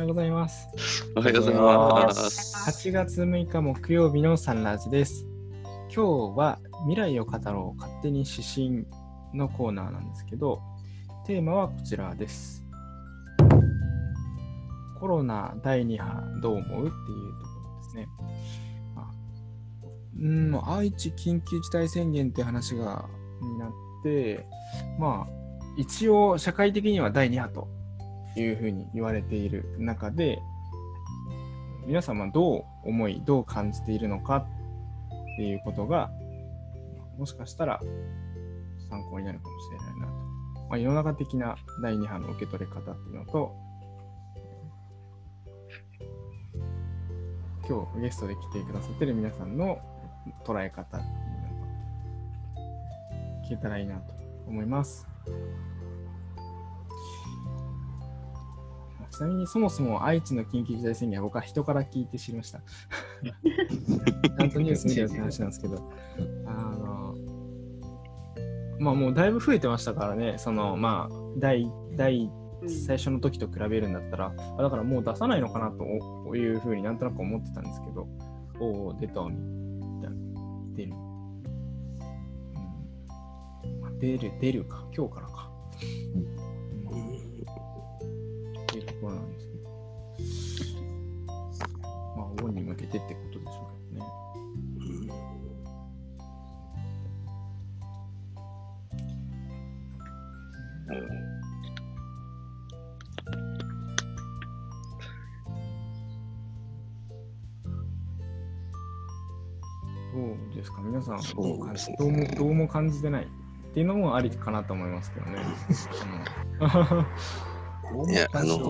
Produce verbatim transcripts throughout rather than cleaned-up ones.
ようございます。 おはようございます。 はちがつむいか木曜日のサンラジです。今日は未来を語ろう勝手に指針のコーナーなんですけど、テーマはこちらです。コロナだいに波どう思うっていうところですね。あうん愛知緊急事態宣言って話がになって、まあ一応社会的にはだいに波というふうに言われている中で、皆様どう思いどう感じているのかっていうことがもしかしたら参考になるかもしれないなと、まあ、世の中的なだいに波の受け取り方っていうのと、今日ゲストで来てくださっている皆さんの捉え方っていうのが聞けたらいいなと思います。ちなみにそもそも愛知の緊急事態宣言は僕は人から聞いて知りました。ちゃんとニュース見てるって話なんですけど、あのまあもうだいぶ増えてましたからね。そのまあ第第最初の時と比べるんだったら、あだからもう出さないのかなというふうになんとなく思ってたんですけど、おお出たみたいな出る、うんまあ、出る出るか今日からか。ところなんですけど、まあ、お盆に向けてってことでしょうけどね。どうですか、皆さんどう感じ、どうも、どうも感じてないっていうのもありかなと思いますけどね。 いや、あの、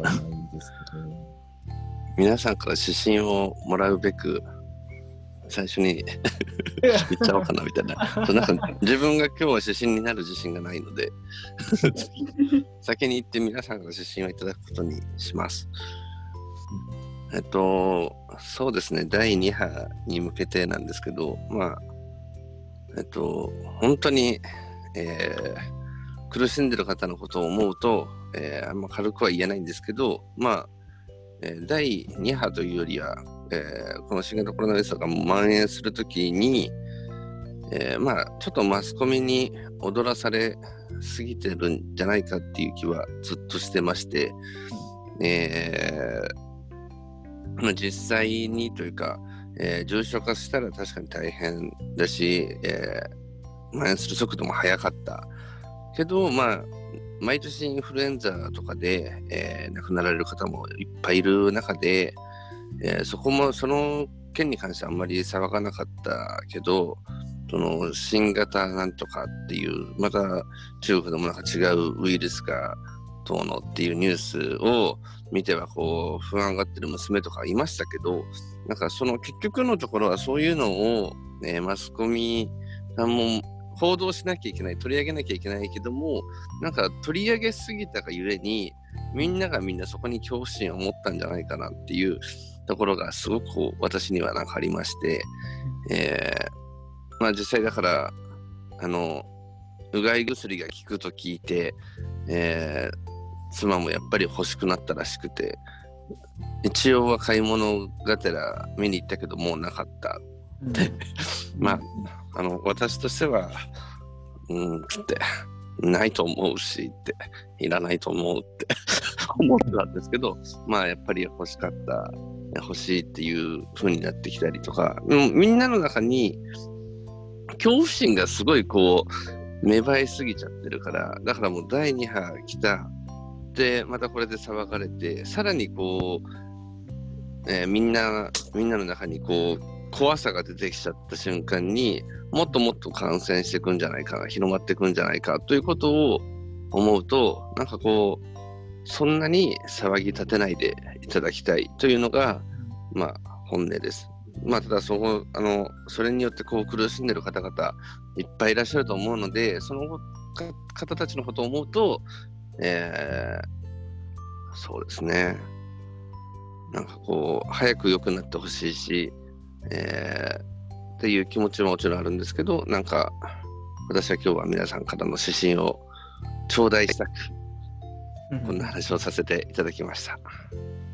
皆さんから指針をもらうべく、最初に言っちゃおうかなみたいな。なんか自分が今日は指針になる自信がないので、先に言って皆さんから指針をいただくことにします。えっと、そうですね、だいに波に向けてなんですけど、まあ、えっと、本当に、えー、苦しんでる方のことを思うと、えー、あんま軽くは言えないんですけど、まあ、えー、だいに波というよりは、えー、この新型コロナウイルスが蔓延するときに、えー、まあ、ちょっとマスコミに踊らされすぎてるんじゃないかっていう気はずっとしてまして、えーまあ、実際にというか、えー、重症化したら確かに大変だし、えー、蔓延する速度も速かったけど、まあ、毎年インフルエンザとかで、えー、亡くなられる方もいっぱいいる中で、えー、そこもその件に関してあんまり騒がなかったけど、その新型なんとかっていうまた中国でもなんか違うウイルスがどうのっていうニュースを見てはこう不安がってる娘とかいましたけど、なんかその結局のところはそういうのを、ね、マスコミさんも報道しなきゃいけない、取り上げなきゃいけないけども、なんか取り上げすぎたがゆえにみんながみんなそこに恐怖心を持ったんじゃないかなっていうところがすごくこう私にはなんかありまして、えー、まあ実際だからあのうがい薬が効くと聞いて、えー、妻もやっぱり欲しくなったらしくて、一応は買い物がてら見に行ったけどもうなかったって、うん、まああの私としてはうんってないと思うしっていらないと思うって思ってたんですけど、まあやっぱり欲しかった欲しいっていう風になってきたりとか、みんなの中に恐怖心がすごいこう芽生えすぎちゃってるから、だからもうだいに波来たでまたこれで騒がれて、さらにこう、えー、みんなみんなの中にこう怖さが出てきちゃった瞬間にもっともっと感染していくんじゃないかな、広がっていくんじゃないかということを思うと、なんかこうそんなに騒ぎ立てないでいただきたいというのがまあ本音です。まあただそこあのそれによってこう苦しんでる方々いっぱいいらっしゃると思うので、その方たちのことを思うと、えー、そうですね、なんかこう早く良くなってほしいし、えー、っていう気持ちももちろんあるんですけど、なんか私は今日は皆さんからの指針を頂戴したく、こんな話をさせていただきました。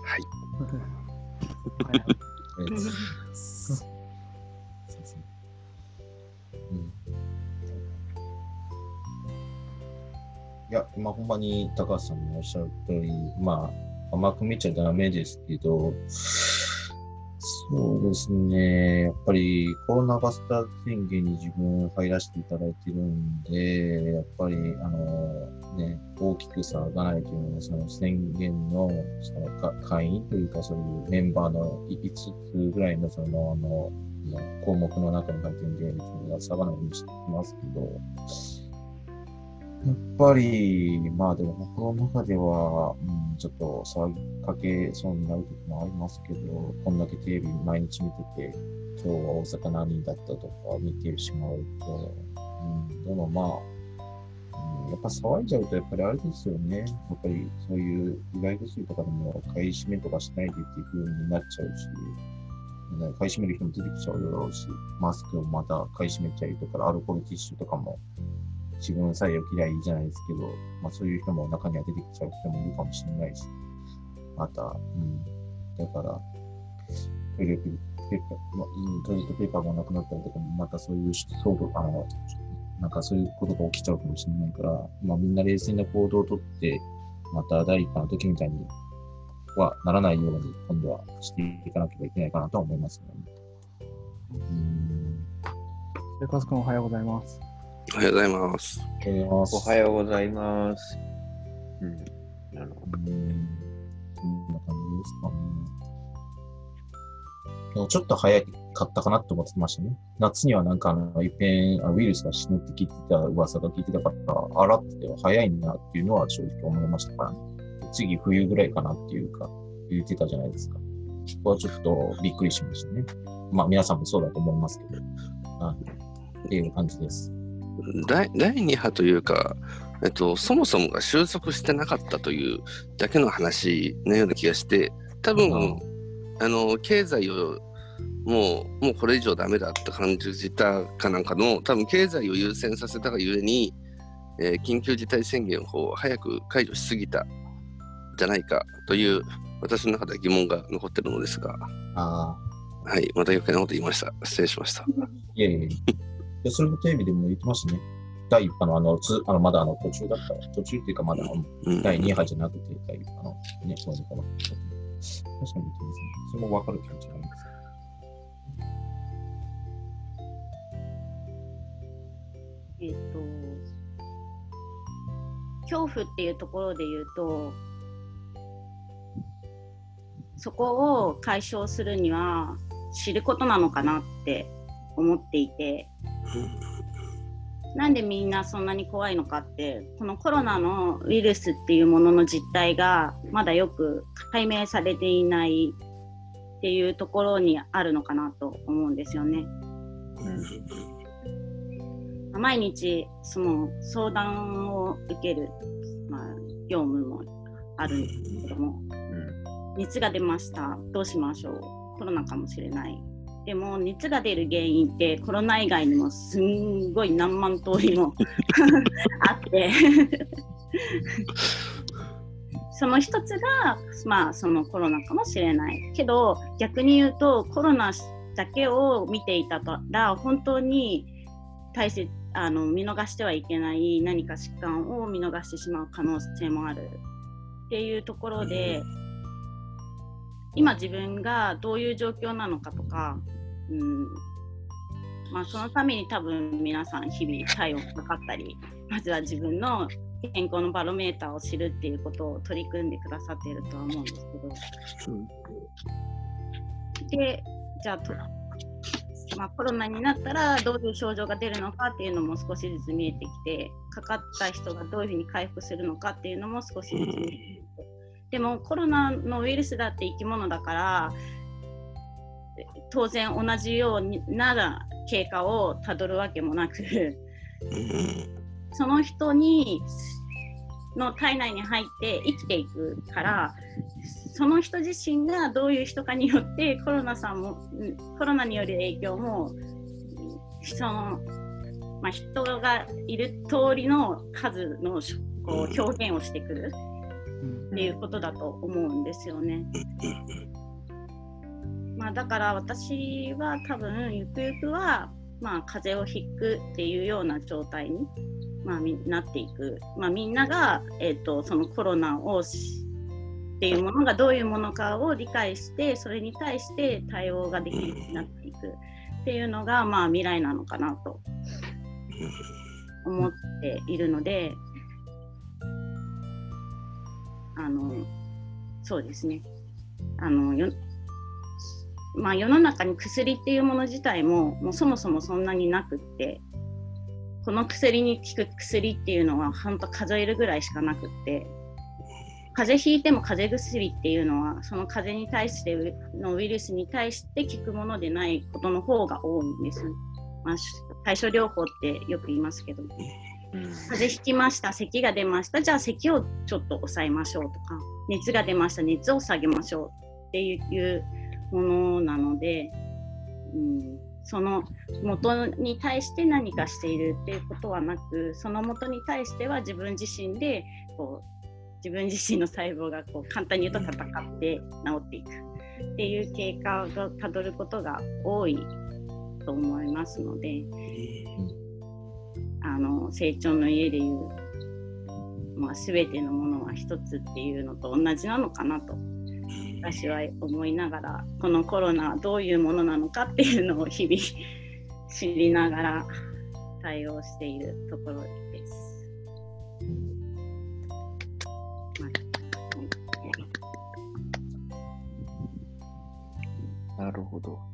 はい。 はいはいうん、いや、今ほんまに高橋さんのおっしゃる通り、まあ、甘く見ちゃダメですけど、そうですね、やっぱりコロナバスター宣言に自分入らせていただいてるんで、やっぱり、あの、ね、大きく騒がないというのは、その宣言のそのか会員というか、そういうメンバーのいつつぐらいのその、あの、項目の中に入ってるんで、別に騒がないようにしてますけど、やっぱり、まあでも僕の中では、うん、ちょっと騒ぎかけそうになる時もありますけど、こんだけテレビ毎日見てて、今日は大阪何だったとか見てしまうと、うん、でもまあ、うん、やっぱ騒いじゃうとやっぱりあれですよね。やっぱりそういううがい薬とかでも買い占めとかしないでっていう風になっちゃうし、買い占める人も出てきちゃうだろうし、マスクをまた買い占めちゃうとか、アルコールティッシュとかも、自分さえ起きりゃいいじゃないですけど、まあそういう人も中には出てきちゃう人もいるかもしれないし、また、うん。だから、トイレットペーパー、まあ、トイレットペーパーがなくなったりとかも、またそういう騒動、あの、なんかそういうことが起きちゃうかもしれないから、まあみんな冷静な行動をとって、また第一波の時みたいにはならないように、今度はしていかなければいけないかなとは思いますね。うん。 生活君おはようございます。 おはようございます。 おはようございます。うん。なるほど。 うん。そんな感じですかね。でもちょっと早かったかなと思ってましたね。夏にはなんかあの、いっぺんウイルスが死ぬって聞いてた噂が聞いてたから、あらって早いなっていうのは正直思いましたからね。次冬ぐらいかなっていうか、言ってたじゃないですか。そこはちょっとびっくりしましたね。まあ皆さんもそうだと思いますけど。あっていう感じです。 第に波というか、えっと、そもそもが収束してなかったというだけの話のような気がして、多分、うん、あの経済をもう、もうこれ以上ダメだって感じたかなんかの、多分経済を優先させたがゆえに、えー、緊急事態宣言を早く解除しすぎたじゃないかという私の中では疑問が残っているのですが、 あはい、また余計なこと言いました。失礼しました。 いやいやいや。でそれもテレビでも言ってましたね。第一波のあの、つあのまだあの途中だった、途中っていうかまだ、うん、だいに波じゃなくて、第一波のね、こういうのかな。確かに言ってますね。それも分かる気持ちがあります。 えっと、恐怖っていうところで言うと、そこを解消するには知ることなのかなって思っていて、なんでみんなそんなに怖いのかって、このコロナのウイルスっていうものの実態がまだよく解明されていないっていうところにあるのかなと思うんですよね。うん、毎日その相談を受ける、まあ、業務もあるんですけども、うん、熱が出ました、どうしましょう、コロナかもしれない。でも熱が出る原因ってコロナ以外にもすんごい何万通りもあってその一つが、まあ、そのコロナかもしれないけど、逆に言うとコロナだけを見ていたら本当に大切あの見逃してはいけない何か疾患を見逃してしまう可能性もあるっていうところで、今自分がどういう状況なのかとか、うんまあ、そのために多分皆さん日々体温を測ったり、まずは自分の健康のバロメーターを知るっていうことを取り組んでくださっているとは思うんですけど、うん、でじゃあと、まあ、コロナになったらどういう症状が出るのかっていうのも少しずつ見えてきて、かかった人がどういうふうに回復するのかっていうのも少しずつ見えてきて、でもコロナのウイルスだって生き物だから当然同じような経過をたどるわけもなくその人にの体内に入って生きていくから、その人自身がどういう人かによってコロナさんもコロナによる影響もその、まあ、人がいる通りの数のこう表現をしてくるっていうことだと思うんですよね。 まあ、だから私は多分ゆくゆくは、まあ、風邪をひくっていうような状態に、まあ、なっていく、まあ、みんなが、えーと、そのコロナをっていうものがどういうものかを理解してそれに対して対応ができるようになっていくっていうのが、まあ、未来なのかなと思っているので、あのそうですね、あのよまあ、世の中に薬っていうもの自体も、もうそもそもそんなになくって、この薬に効く薬っていうのは本当数えるぐらいしかなくって、風邪ひいても風邪薬っていうのはその風邪に対してのウイルスに対して効くものでないことの方が多いんです。まあ、対処療法ってよく言いますけど、風邪ひきました、咳が出ました、じゃあ咳をちょっと抑えましょうとか、熱が出ました、熱を下げましょうっていうものなので、うん、その元に対して何かしているっていうことはなく、その元に対しては自分自身でこう自分自身の細胞がこう簡単に言うと戦って治っていくっていう経過をたどることが多いと思いますので、あの成長の家でいう、まあ、全てのものは一つっていうのと同じなのかなと私は思いながら、このコロナはどういうものなのかっていうのを日々知りながら対応しているところです。 なるほど。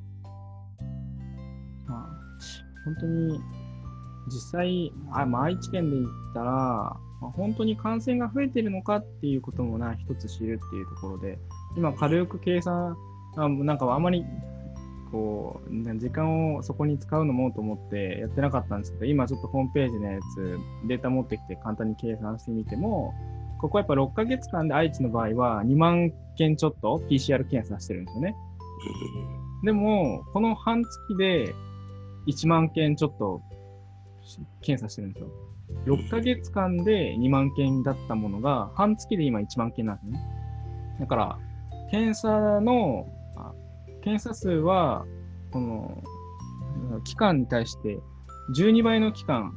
まあ、本当に実際、あまあ、愛知県で言ったら、まあ、本当に感染が増えているのかっていうこともな一つ知るっていうところで、今軽く計算、あなんかあんまりこう時間をそこに使うのもと思ってやってなかったんですけど、今ちょっとホームページのやつデータ持ってきて簡単に計算してみても、ここはやっぱろっかげつかんで愛知の場合はにまんけんちょっと ピーシーアール 検査してるんですよね。でもこの半月でいちまんけんちょっと検査してるんですよ。ろっかげつかんでにまんけんだったものが半月で今いちまんけんなんですね。だから検査の検査数はこの期間に対してじゅうにばいの期間、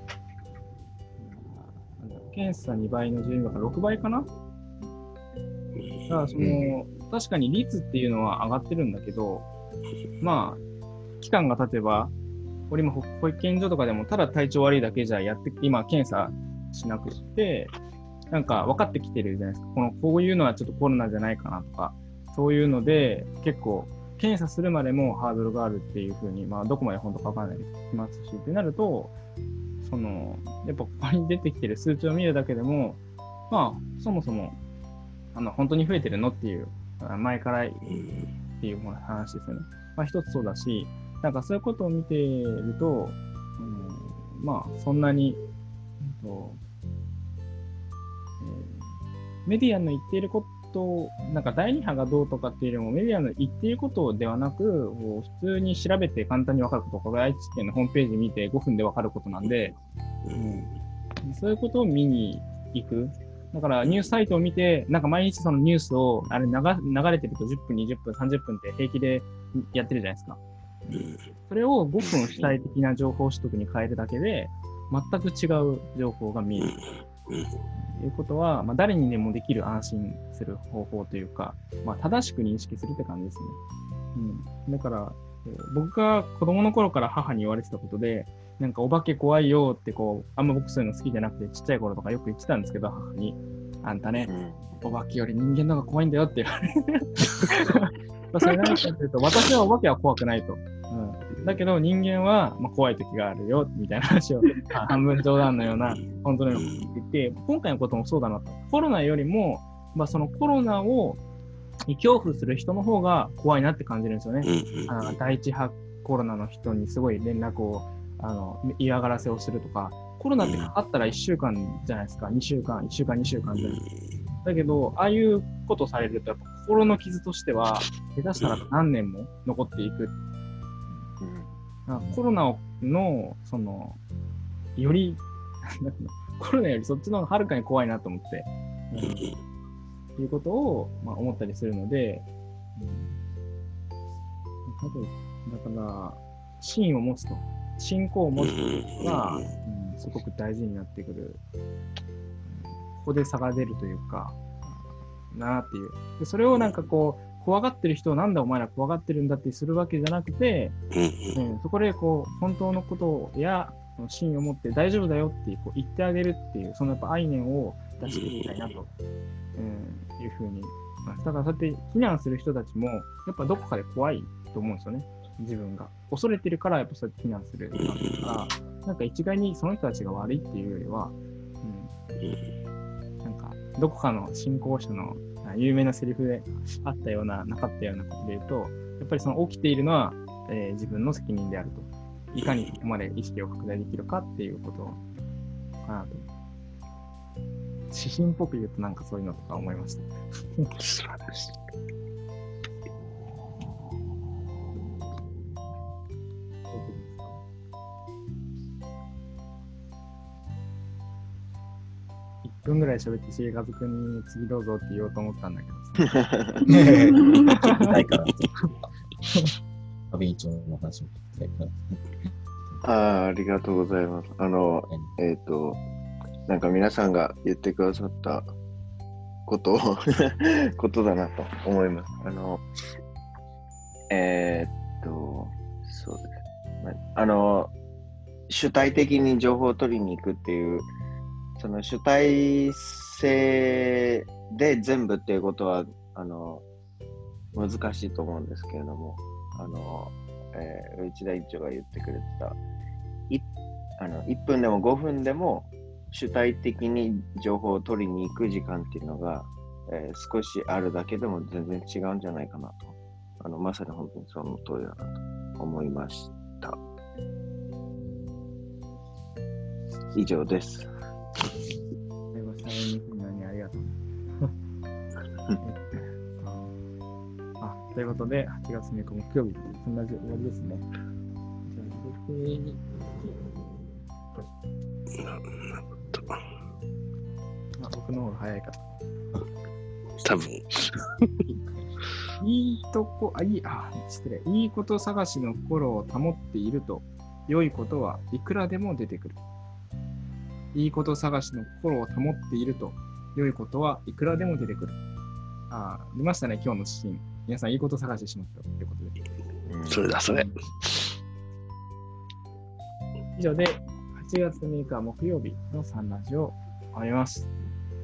検査にばいのじゅうにばいからろくばいかな。だからその確かに率っていうのは上がってるんだけど、まあ期間が経てば、俺今保健所とかでもただ体調悪いだけじゃやって今検査しなくってなんか分かってきてるじゃないですか。このこういうのはちょっとコロナじゃないかなとか、そういうので結構検査するまでもハードルがあるっていうふうに、まあどこまで本当か分からないで聞きますし、ってなるとそのやっぱここに出てきてる数値を見るだけでも、まあそもそもあの本当に増えてるのっていう前からっていう話ですよね。まあ一つそうだし、なんかそういうことを見ていると、うん、まあそんなに、うんとえー、メディアの言っていることをなんかだいに波がどうとかっていうよりもメディアの言っていることではなく、普通に調べて簡単に分かること、これ愛知県のホームページ見てごふんで分かることなんで、うん、そういうことを見に行く。だからニュースサイトを見て、なんか毎日そのニュースをあれ 流, 流れてるとじゅっぷん、にじゅっぷん、さんじゅっぷんって平気でやってるじゃないですか。それをごふん主体的な情報取得に変えるだけで、全く違う情報が見える。ということは、まあ、誰にでもできる安心する方法というか、まあ、正しく認識するって感じですね。うん、だから、僕が子供の頃から母に言われてたことで、なんかお化け怖いよってこう、あんま僕そういうの好きじゃなくて、ちっちゃい頃とかよく言ってたんですけど、母に、あんたね、うん、お化けより人間の方が怖いんだよって言われて。それ何かというと、私はお化けは怖くないと。うん、だけど人間は、まあ、怖い時があるよみたいな話を半分冗談のような本当のように言って、今回のこともそうだなと。コロナよりも、まあ、そのコロナを恐怖する人の方が怖いなって感じるんですよね。あ第一波コロナの人にすごい連絡をあの嫌がらせをするとか、コロナってかかったらいっしゅうかんじゃないですか、にしゅうかん、いっしゅうかん、にしゅうかんじゃないですか。だけど、ああいうことされると、やっぱ心の傷としては、下手したら何年も残っていく。うん、コロナの、その、より、コロナよりそっちの方がはるかに怖いなと思って。 いうことを、まあ、思ったりするので、うん、だから芯を持つと信仰を持つことが、うん、すごく大事になってくる、うん、ここで差が出るというかなっていう。でそれをなんかこう怖がってる人をなんだお前ら怖がってるんだってするわけじゃなくて、うん、そこでこう本当のことや芯を持って大丈夫だよってこう言ってあげるっていう、そのやっぱ愛念を出していきたいなと、うん、いうふうに。だからそうやって避難する人たちもやっぱどこかで怖いと思うんですよね。自分が恐れてるからやっぱそうやって避難するわけだから、なんか一概にその人たちが悪いっていうよりは、うん、なんかどこかの信仰者の有名なセリフであったようななかったようなことで言うと、やっぱりその起きているのは、えー、自分の責任であると。いかにここまで意識を拡大できるかっていうことかなと。指針っぽく言うとなんかそういうのとか思いました。 そうです。 いっぷんぐらい喋ってしげかずくんに次どうぞって言おうと思ったんだけどさ。 聞きたいからって。アビンチの話を聞きたいから。 ああ、ありがとうございます。あの、えっと、なんか皆さんが言ってくださったことをことだなと思います。あの、えー、っと、そうです。あの、主体的に情報を取りに行くっていう、その主体性で全部っていうことは、あの、難しいと思うんですけれども、あの、えー、内田院長が言ってくれてた、いあのいっぷんでもごふんでも主体的に情報を取りに行く時間っていうのが、えー、少しあるだけでも全然違うんじゃないかなと。あのまさに本当にその通りだなと思いました。以上です。 最後、最後にみんなにありがとう。あ、ということで、はちがつみっか木曜日、そんな終わりですね。あ、僕の方が早いか。 多分。 いいとこ、あ、いい、あ、失礼。いいこと探しの心を保っていると、良いことはいくらでも出てくる。いいこと探しの心を保っていると、良いことはいくらでも出てくる。あ、出ましたね、今日のシーン。皆さん、いいこと探ししますよ。ということで。 それだ、それ。 以上で、はちがつむいか木曜日のサンラジオを終わります。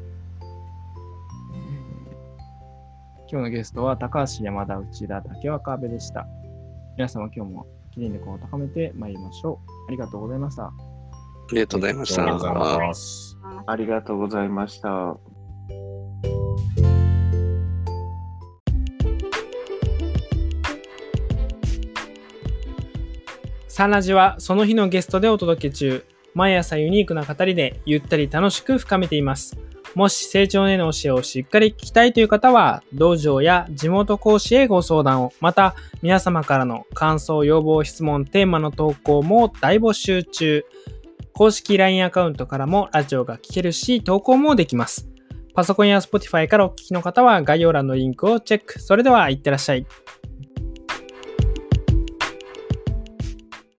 今日のゲストは高橋、山田、内田、竹若部でした。皆様今日も記念力を高めてまいりましょう。ありがとうございました。 ありがとうございました。 ありがとうございました。 サンラジはその日のゲストでお届け中。毎朝ユニークな語りでゆったり楽しく深めています。もし成長への教えをしっかり聞きたいという方は、道場や地元講師へご相談を、また皆様からの感想、要望、質問、テーマの投稿も大募集中。公式 ライン アカウントからもラジオが聞けるし、投稿もできます。パソコンや Spotify からお聞きの方は概要欄のリンクをチェック。それではいってらっしゃい。